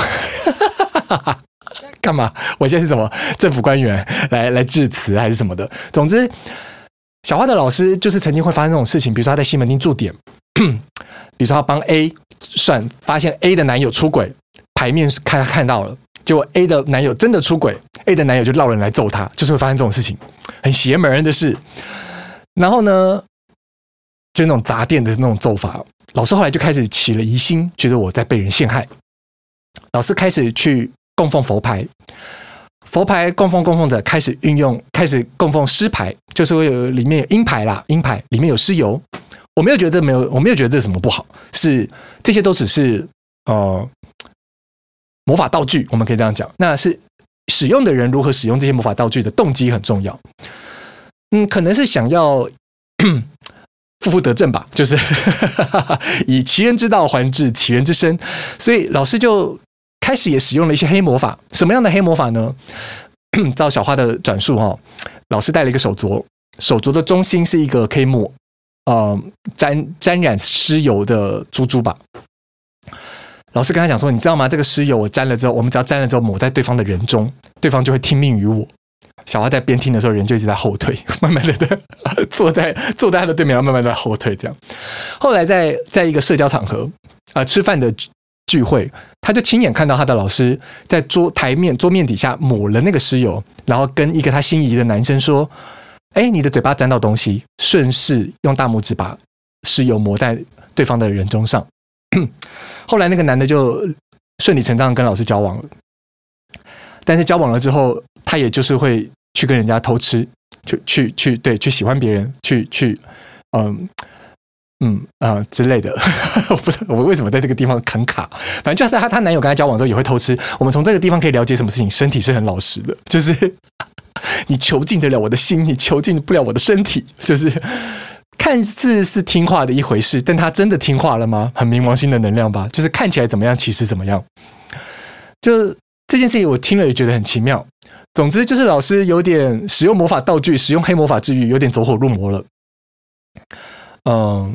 干嘛？我现在是什么政府官员来来致辞还是什么的？总之，小花的老师就是曾经会发生这种事情，比如说他在西门町驻点，比如说他帮 A 算，发现 A 的男友出轨。台面看看到了，结果 A 的男友真的出轨 ，A 的男友就绕人来揍他，就是会发生这种事情，很邪门的事。然后呢，就那种砸店的那种揍法，老师后来就开始起了疑心，觉得我在被人陷害。老师开始去供奉佛牌，佛牌供奉供奉的开始运用，开始供奉尸牌，就是会有里面有阴牌啦，阴牌里面有尸油。我没有觉得这没有，我没有觉得这什么不好，是这些都只是呃。魔法道具，我们可以这样讲，那是使用的人如何使用这些魔法道具的动机很重要。嗯，可能是想要负负得正吧，就是以其人之道还治其人之身，所以老师就开始也使用了一些黑魔法。什么样的黑魔法呢？照小花的转述哦，老师带了一个手镯，手镯的中心是一个可以抹呃沾沾染尸油的珠珠吧。老师跟他讲说，你知道吗？这个尸油我沾了之后，我们只要沾了之后抹在对方的人中，对方就会听命于我。小花在边听的时候，人就一直在后退，慢慢的坐在坐在他的对面，然后慢慢的后退。这样，后来在在一个社交场合啊、呃、吃饭的聚会，他就亲眼看到他的老师在桌台面桌面底下抹了那个尸油，然后跟一个他心仪的男生说：“哎，你的嘴巴沾到东西，顺势用大拇指把尸油抹在对方的人中上。”后来那个男的就顺理成章跟老师交往了，但是交往了之后，他也就是会去跟人家偷吃，去去去，对，去喜欢别人，去去，嗯嗯啊、呃、之类的。我不知道我为什么在这个地方很卡，反正就是他他男友跟他交往之后也会偷吃。我们从这个地方可以了解什么事情，身体是很老实的，就是你囚禁得了我的心，你囚禁不了我的身体，就是。看似是听话的一回事，但他真的听话了吗？很冥王星的能量吧，就是看起来怎么样，其实怎么样。就这件事情，我听了也觉得很奇妙。总之，就是老师有点使用魔法道具，使用黑魔法治愈，有点走火入魔了。嗯，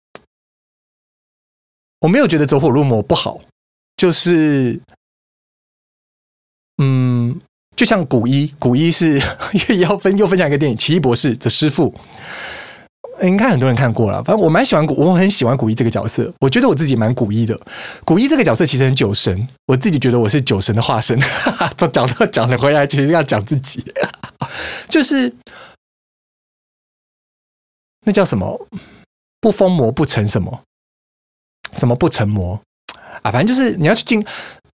我没有觉得走火入魔不好，就是嗯，就像古一，古一是要分又分享一个电影《奇异博士》的师傅。应该很多人看过了，反正我蛮喜欢古，我很喜欢古一这个角色。我觉得我自己蛮古一的。古一这个角色其实很酒神，我自己觉得我是酒神的化身。都讲到讲的回来，其实要讲自己，就是那叫什么？不疯魔不成什么？什么不成魔啊？反正就是你要去经，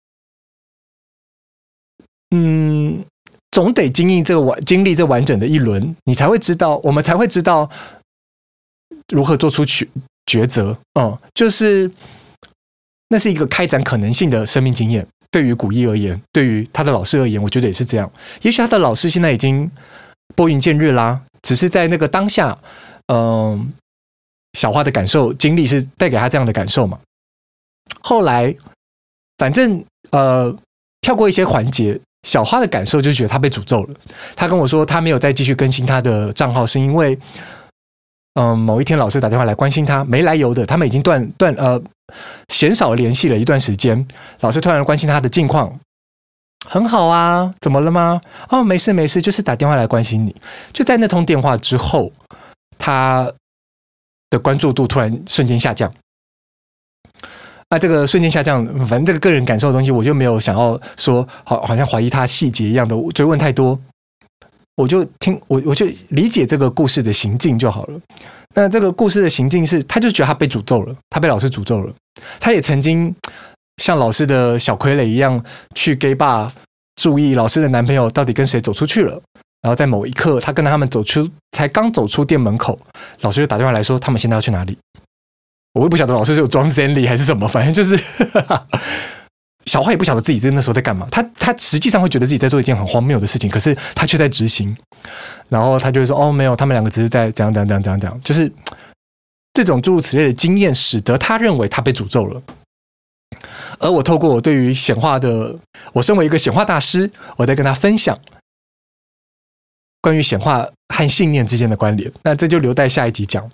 嗯，总得经历这个完经历这完整的一轮，你才会知道，我们才会知道。如何做出抉择？嗯，就是那是一个开展可能性的生命经验。对于古一而言，对于他的老师而言，我觉得也是这样。也许他的老师现在已经拨云见日啦，只是在那个当下，嗯，小花的感受经历是带给他这样的感受嘛。后来，反正呃，跳过一些环节，小花的感受就觉得他被诅咒了。他跟我说，他没有再继续更新他的账号，是因为。嗯，某一天老师打电话来关心他，没来由的，他们已经断断呃鲜少联系了一段时间。老师突然关心他的近况，很好啊，怎么了吗？哦，没事没事，就是打电话来关心你。就在那通电话之后，他的关注度突然瞬间下降。啊，这个瞬间下降，反正这个个人感受的东西，我就没有想要说，好，好像怀疑他细节一样的追问太多。我就听我我就理解这个故事的行径就好了。那这个故事的行径是，他就觉得他被诅咒了，他被老师诅咒了。他也曾经像老师的小傀儡一样去 gay bar 注意老师的男朋友到底跟谁走出去了，然后在某一刻他跟他们走出，才刚走出店门口，老师就打电话来说他们现在要去哪里。我也不晓得老师是有装 Zenly 还是什么，反正就是小花也不晓得自己那时候在干嘛，他他实际上会觉得自己在做一件很荒谬的事情，可是他却在执行，然后他就会说哦没有，他们两个只是在怎样怎样怎样怎样怎样，就是这种诸如此类的经验使得他认为他被诅咒了。而我透过我对于显化的，我身为一个显化大师，我在跟他分享关于显化和信念之间的关联，那这就留待下一集讲。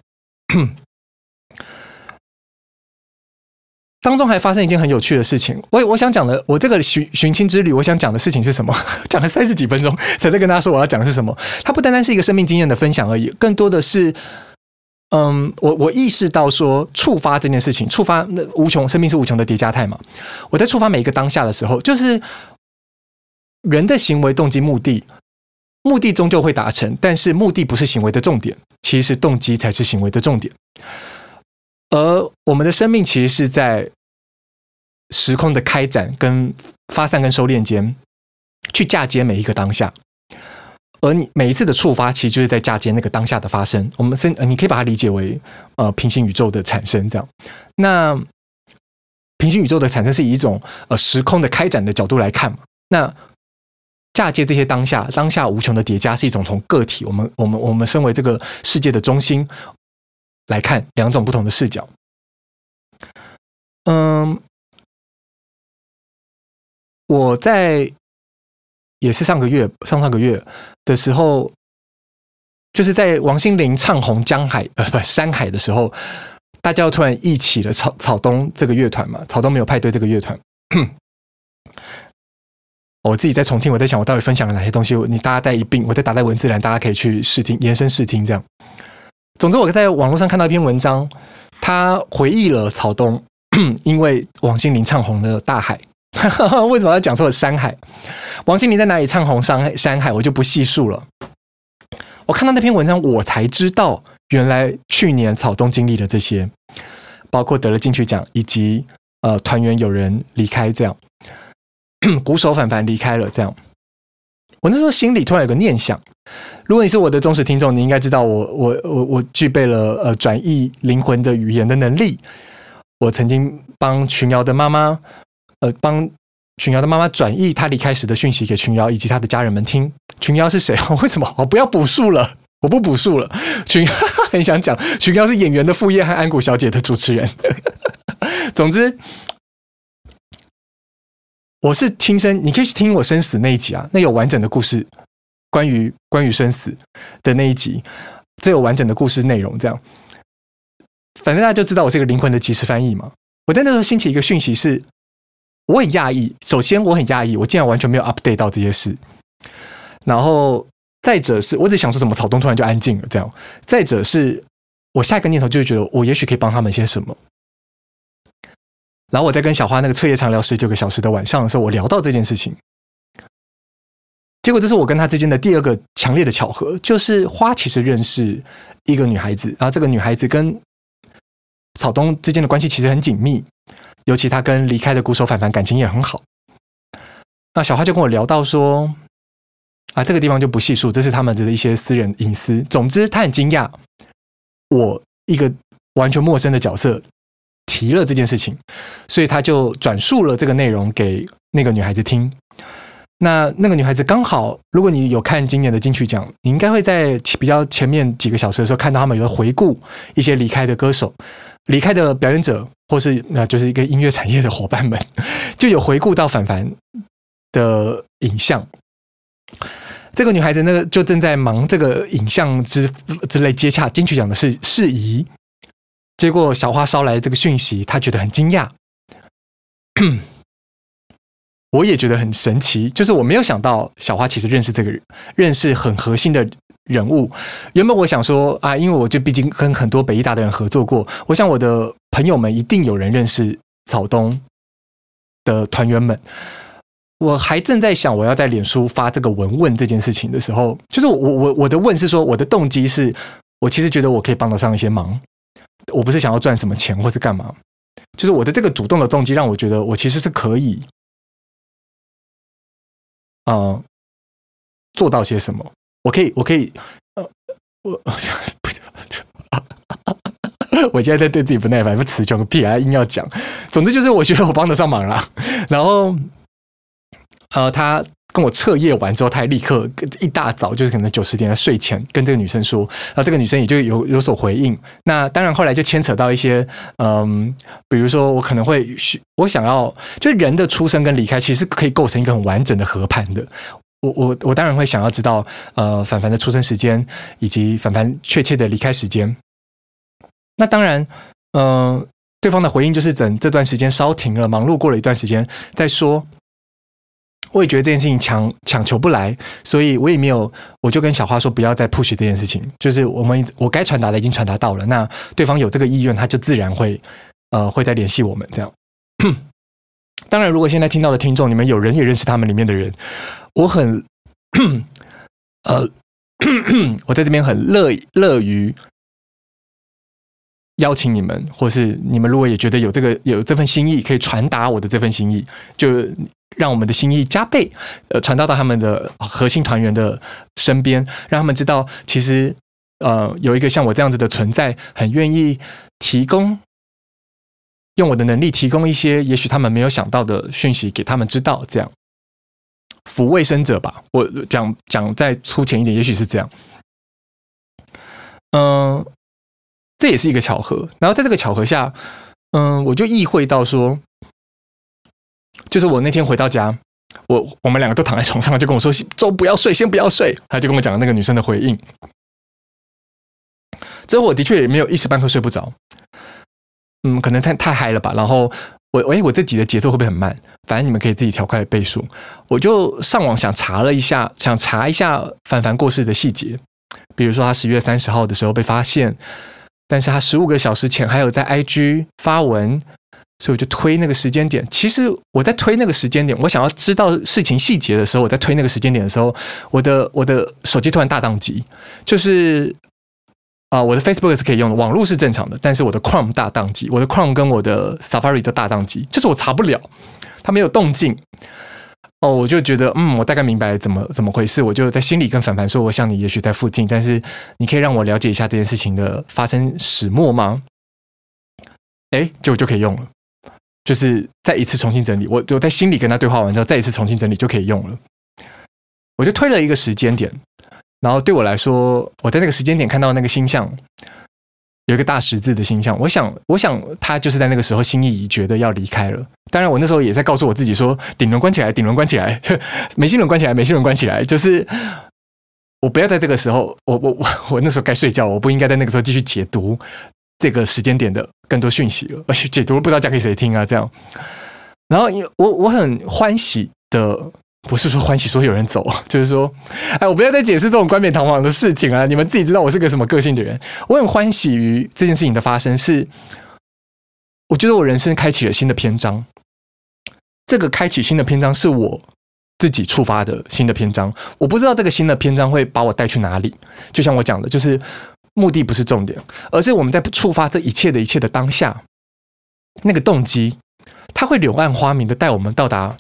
当中还发生一件很有趣的事情，我我想讲的，我这个寻寻亲之旅，我想讲的事情是什么？讲了三十几分钟，才在跟大家说我要讲的是什么。它不单单是一个生命经验的分享而已，更多的是，嗯，我我意识到说，触发这件事情，触发那无穷生命是无穷的叠加态嘛。我在触发每一个当下的时候，就是人的行为动机目的，目的终究会达成，但是目的不是行为的重点，其实动机才是行为的重点。而我们的生命其实是在时空的开展跟发散跟收敛间去嫁接每一个当下，而你每一次的触发其实就是在嫁接那个当下的发生。我们是你可以把它理解为呃平行宇宙的产生这样。那平行宇宙的产生是以一种呃时空的开展的角度来看嘛，那嫁接这些当下当下无穷的叠加是一种从个体我们我们我们身为这个世界的中心来看两种不同的视角。嗯，我在也是上个月上上个月的时候，就是在王心凌唱红江海呃不山海的时候，大家突然忆起了草草东这个乐团嘛，草东没有派对这个乐团。我自己在重听，我在想我到底分享了哪些东西，你大家再一并，我再打在文字栏，大家可以去试听，延伸试听这样。总之，我在网络上看到一篇文章，他回忆了草东，因为王心凌唱红了大海。为什么要讲错了山海？王心凌在哪里唱红山山海，我就不细述了。我看到那篇文章，我才知道，原来去年草东经历了这些，包括得了金曲奖，以及呃团员有人离开，这样，鼓手凡凡离开了，这样。我那时候心里突然有个念想，如果你是我的忠实听众，你应该知道我我我我具备了呃转译灵魂的语言的能力。我曾经帮群瑶的妈妈，呃帮群瑶的妈妈转译她离开时的讯息给群瑶以及她的家人们听。群瑶是谁？为什么？我不要补述了，我不补述了。群瑶很想讲，群瑶是演员的副业和安谷小姐的主持人。总之。我是听生，你可以去听我生死那一集啊，那有完整的故事，关于关于生死的那一集，这有完整的故事内容。这样，反正大家就知道我是一个灵魂的即时翻译嘛。我在那时候兴起一个讯息是，我很讶异。首先，我很讶异，我竟然完全没有 update 到这些事。然后，再者是我只想说，怎么草东突然就安静了？这样，再者是我下一个念头就是觉得，我也许可以帮他们些什么。然后我在跟小花那个彻夜长聊十九个小时的晚上的时候，我聊到这件事情，结果这是我跟她之间的第二个强烈的巧合，就是花其实认识一个女孩子，然后这个女孩子跟草东之间的关系其实很紧密，尤其她跟离开的鼓手凡凡感情也很好。那小花就跟我聊到说，啊，这个地方就不细数，这是他们的一些私人隐私。总之，她很惊讶，我一个完全陌生的角色。提了这件事情，所以他就转述了这个内容给那个女孩子听。那那个女孩子刚好，如果你有看今年的金曲奖，你应该会在比较前面几个小时的时候看到他们有回顾一些离开的歌手、离开的表演者，或是那就是一个音乐产业的伙伴们，就有回顾到凡凡的影像。这个女孩子呢，就正在忙这个影像之之类接洽金曲奖的事事宜。结果小花捎来这个讯息，她觉得很惊讶，我也觉得很神奇，就是我没有想到小花其实认识这个人，认识很核心的人物。原本我想说啊，因为我就毕竟跟很多北艺大的人合作过，我想我的朋友们一定有人认识草东的团员们。我还正在想我要在脸书发这个文问这件事情的时候，就是我我我的问是说，我的动机是我其实觉得我可以帮得上一些忙。我不是想要赚什么钱或是干嘛， 就是我的这个主动的动机让我觉得我其实是可以，呃，做到些什么。我可以，我可以，呃，我我现在在对自己不耐烦，不词穷个屁啊，硬要讲。总之就是我觉得我帮得上忙啦。然后，呃，他跟我彻夜完之后，他还立刻一大早就是可能九十点在睡前跟这个女生说，然后这个女生也就有有所回应。那当然后来就牵扯到一些，嗯，比如说我可能会我想要，就是人的出生跟离开其实可以构成一个很完整的合盘的。我我我当然会想要知道，呃，凡凡的出生时间以及凡凡确切的离开时间。那当然，嗯、呃，对方的回应就是等这段时间稍停了，忙碌过了一段时间再说。我也觉得这件事情强强求不来，所以我也没有，我就跟小花说不要再 push 这件事情，就是我们我该传达的已经传达到了，那对方有这个意愿，他就自然会呃会再联系我们这样。当然，如果现在听到的听众，你们有人也认识他们里面的人，我很呃，我在这边很乐乐于邀请你们，或是你们如果也觉得有这个有这份心意，可以传达我的这份心意，就让我们的心意加倍，呃，传达到他们的核心团员的身边，让他们知道，其实呃有一个像我这样子的存在，很愿意提供。用我的能力提供一些也许他们没有想到的讯息给他们知道，这样抚慰生者吧。我讲讲再粗浅一点，也许是这样。嗯，这也是一个巧合。然后在这个巧合下，嗯，我就意会到说，就是我那天回到家，我我们两个都躺在床上，就跟我说：“周不要睡，先不要睡。”他就跟我讲了那个女生的回应。之后我的确也没有一时半刻睡不着。嗯，可能太太嗨了吧。然后我，哎，我这集的节奏会不会很慢？反正你们可以自己调快倍数。我就上网想查了一下，想查一下凡凡过世的细节，比如说他十月三十号的时候被发现，但是他十五个小时前还有在 I G 发文，所以我就推那个时间点。其实我在推那个时间点，我想要知道事情细节的时候，我在推那个时间点的时候，我的我的手机突然大宕机，就是。啊、呃，我的 Facebook 是可以用的，网络是正常的，但是我的 Chrome 大宕机，我的 Chrome 跟我的 Safari 都大宕机，就是我查不了，它没有动静。哦，我就觉得，嗯，我大概明白怎么怎么回事，我就在心里跟凡凡说，我想你也许在附近，但是你可以让我了解一下这件事情的发生始末吗？哎，结果就可以用了，就是再一次重新整理，我我在心里跟他对话完之后，再一次重新整理就可以用了。我就推了一个时间点。然后对我来说，我在那个时间点看到那个星象，有一个大十字的星象，我想，我想他就是在那个时候心意已决的要离开了。当然，我那时候也在告诉我自己说：顶轮关起来，顶轮关起来，眉心轮关起来，眉心轮关起来。就是我不要在这个时候，我我我我那时候该睡觉，我不应该在那个时候继续解读这个时间点的更多讯息了，而且解读不知道讲给谁听啊，这样。然后我我很欢喜的。不是说欢喜说有人走，就是说，哎，我不要再解释这种冠冕堂皇的事情啊！你们自己知道我是个什么个性的人。我很欢喜于这件事情的发生，是我觉得我人生开启了新的篇章。这个开启新的篇章是我自己触发的新的篇章。我不知道这个新的篇章会把我带去哪里。就像我讲的，就是目的不是重点，而是我们在触发这一切的一切的当下，那个动机，它会柳暗花明的带我们到达。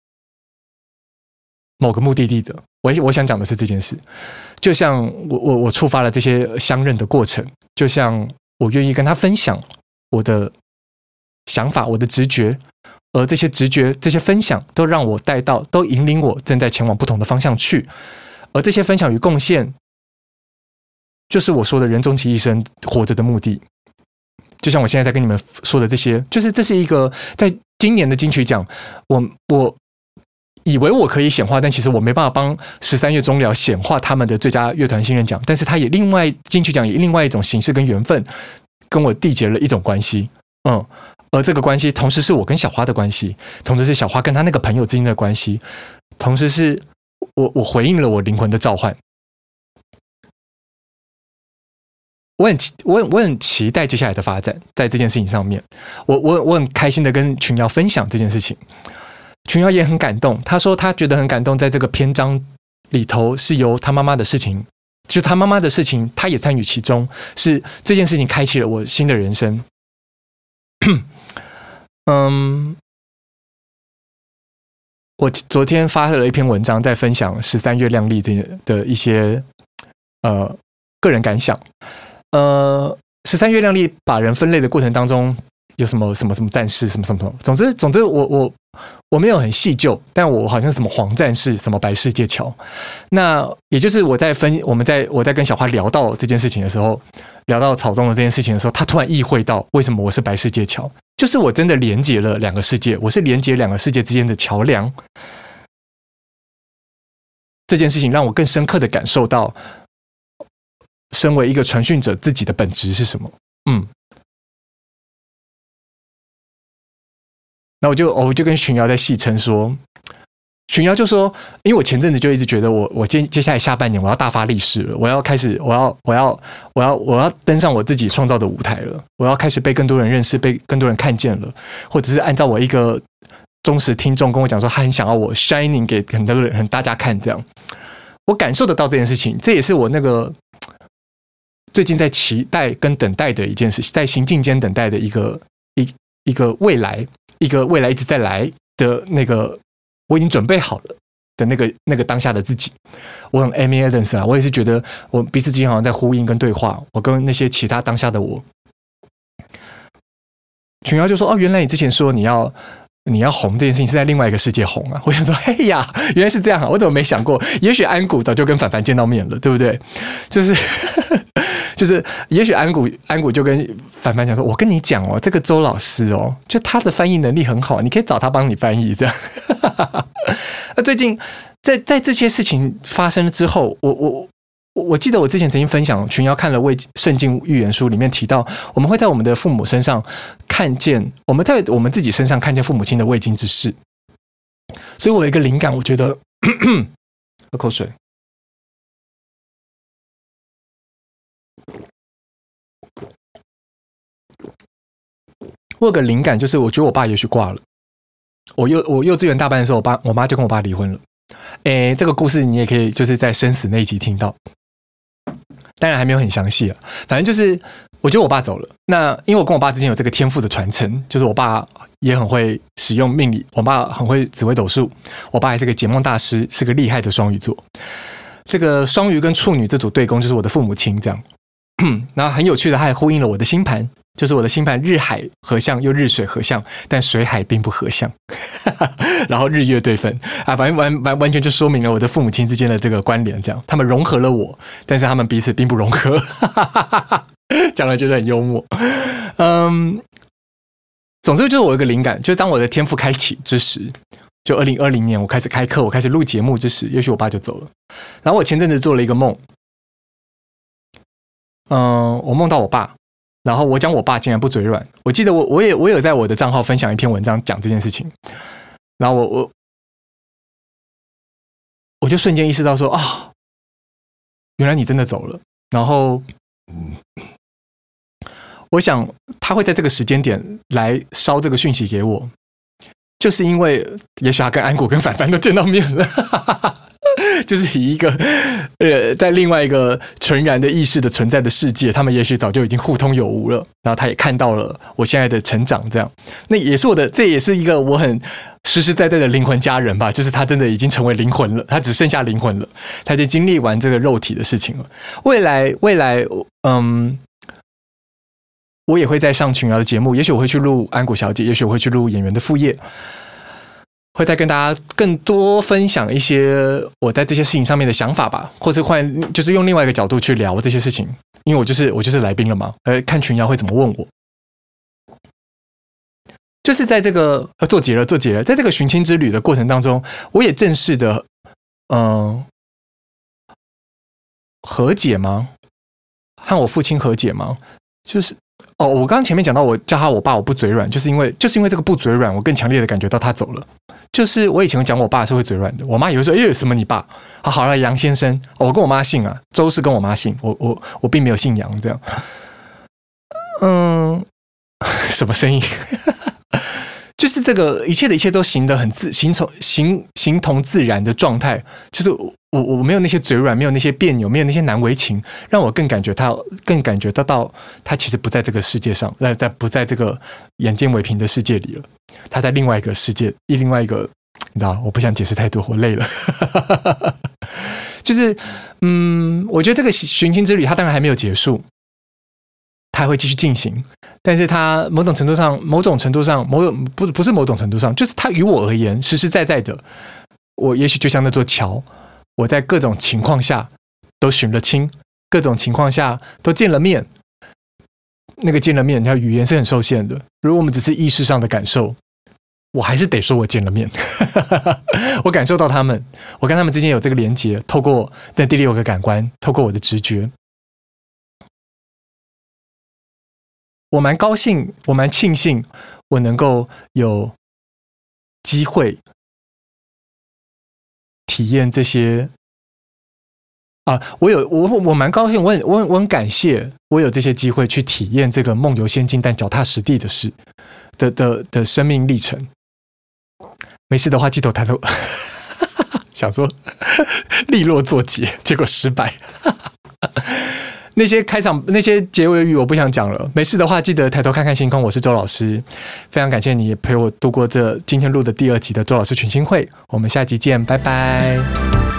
某个目的地的，我我想讲的是这件事，就像我我我触发了这些相认的过程，就像我愿意跟他分享我的想法、我的直觉，而这些直觉、这些分享都让我带到，都引领我正在前往不同的方向去，而这些分享与贡献，就是我说的人终其一生活着的目的。就像我现在在跟你们说的这些，就是这是一个在今年的金曲奖，我我。以为我可以显化，但其实我没办法帮十三月中了显化他们的最佳乐团新人奖，但是他也另外金曲奖以另外一种形式跟缘分跟我缔结了一种关系，嗯，而这个关系同时是我跟小花的关系，同时是小花跟他那个朋友之间的关系，同时是我我回应了我灵魂的召唤。我很我很我很期待接下来的发展，在这件事情上面，我我我很开心的跟群瑶分享这件事情。群瑶也很感动，他说他觉得很感动，在这个篇章里头是由他妈妈的事情，就他妈妈的事情，他也参与其中，是这件事情开启了我新的人生。 嗯，我昨天发了一篇文章，在分享十三月亮历的一些呃个人感想。呃，十三月亮历把人分类的过程当中，有什么什么什么战士，什么什么什么，总之总之我我我没有很细究，但我好像什么黄战士，什么白世界桥。那也就是我在分我们在我在跟小花聊到这件事情的时候，聊到草东的这件事情的时候，他突然意会到为什么我是白世界桥。就是我真的连接了两个世界，我是连接两个世界之间的桥梁。这件事情让我更深刻的感受到，身为一个传讯者自己的本质是什么。嗯，那我就我就跟群瑶在戏称说，群瑶就说，因为我前阵子就一直觉得我我接接下来下半年我要大发利市了，我要开始我要我要我要我要登上我自己创造的舞台了，我要开始被更多人认识，被更多人看见了，或者是按照我一个忠实听众跟我讲说，他很想要我 shining 给很多人很大家看，这样我感受得到这件事情，这也是我那个最近在期待跟等待的一件事，在行进间等待的一个一一个未来，一个未来一直在来的那个。我已经准备好了的那个那个当下的自己，我很 Amy Adams 啦，我也是觉得我彼此之间好像在呼应跟对话，我跟那些其他当下的我。群瑶就说：“哦，原来你之前说你要你要红这件事情是在另外一个世界红啊！”我想说：“嘿呀，原来是这样啊！我怎么没想过？也许安谷早就跟凡凡见到面了，对不对？就是就是，也许安谷安谷就跟凡凡讲说：‘我跟你讲哦，这个周老师哦，就他的翻译能力很好，你可以找他帮你翻译这样。’那最近在在这些事情发生了之后，我我我记得我之前曾经分享群瑶看了《未圣经预言书》里面提到，我们会在我们的父母身上看见，我们在我们自己身上看见父母亲的未经之事。所以我有一个灵感，我觉得喝口水。我有个灵感，就是我觉得我爸也许挂了。我幼我幼稚园大班的时候，我爸我妈就跟我爸离婚了。诶，这个故事你也可以就是在生死那一集听到，当然还没有很详细了。反正就是我觉得我爸走了。那因为我跟我爸之间有这个天赋的传承，就是我爸也很会使用命理，我爸很会紫微斗数，我爸还是个解梦大师，是个厉害的双鱼座。这个双鱼跟处女这组对宫就是我的父母亲这样。然后很有趣的，它还呼应了我的星盘，就是我的星盘日海合相又日水合相，但水海并不合相。然后日月对分啊，反正完完完全就说明了我的父母亲之间的这个关联，这样他们融合了我，但是他们彼此并不融合。讲了觉得很幽默。嗯，总之就是我有一个灵感，就是当我的天赋开启之时，就二零二零年我开始开课，我开始录节目之时，也许我爸就走了。然后我前阵子做了一个梦。嗯，我梦到我爸，然后我讲我爸竟然不嘴软。我记得我我也我有在我的账号分享一篇文章讲这件事情，然后我我我就瞬间意识到说啊，原来你真的走了。然后我想他会在这个时间点来烧这个讯息给我，就是因为也许他跟安谷跟凡凡都见到面了。就是以一个呃，在另外一个纯然的意识的存在的世界，他们也许早就已经互通有无了。然后他也看到了我现在的成长，这样，那也是我的，这也是一个我很实实在在的灵魂家人吧。就是他真的已经成为灵魂了，他只剩下灵魂了，他就经历完这个肉体的事情了。未来，未来，嗯，我也会再上群瑶的节目，也许我会去录安谷小姐，也许我会去录演员的副业。会再跟大家更多分享一些我在这些事情上面的想法吧，或是换就是用另外一个角度去聊这些事情，因为我就是我就是来宾了嘛，呃，看群瑶会怎么问我。就是在这个呃做结了做结了，在这个寻亲之旅的过程当中，我也正式的嗯、呃、和解吗？和我父亲和解吗？就是哦，我刚刚前面讲到我叫他我爸我不嘴软，就是因为就是因为这个不嘴软，我更强烈的感觉到他走了。就是我以前讲我爸是会嘴软的，我妈也会说：“哎，什么你爸？”好，好了，杨先生，哦，我跟我妈姓啊，周是跟我妈姓，我我我并没有姓杨，这样。嗯，什么声音？ 就是这个一切的一切都行得很自形从形形同自然的状态，就是我我没有那些嘴软，没有那些别扭，没有那些难为情，让我更感觉他更感觉得到他其实不在这个世界上，在在不在这个眼见为凭的世界里了，他在另外一个世界，另外一个你知道，我不想解释太多，我累了。就是嗯，我觉得这个寻亲之旅它当然还没有结束。它还会继续进行，但是它某种程度上，某种程度上，某种不不是某种程度上，就是它于我而言，实实在在的，我也许就像那座桥，我在各种情况下都寻了亲，各种情况下都见了面。那个见了面，你看语言是很受限的。如果我们只是意识上的感受，我还是得说我见了面，我感受到他们，我跟他们之间有这个连结，透过那第六个感官，透过我的直觉。我蛮高兴，我蛮庆幸，我能够有机会体验这些啊！我有我我蛮高兴，我很我很我很感谢，我有这些机会去体验这个梦游仙境但脚踏实地的事的的的生命历程。没事的话，记得抬头，想说利落作结，结果失败。那些开场那些结尾语我不想讲了，没事的话记得抬头看看星空。我是周老师，非常感谢你陪我度过这今天录的第二集的周老师群星会，我们下集见，拜拜。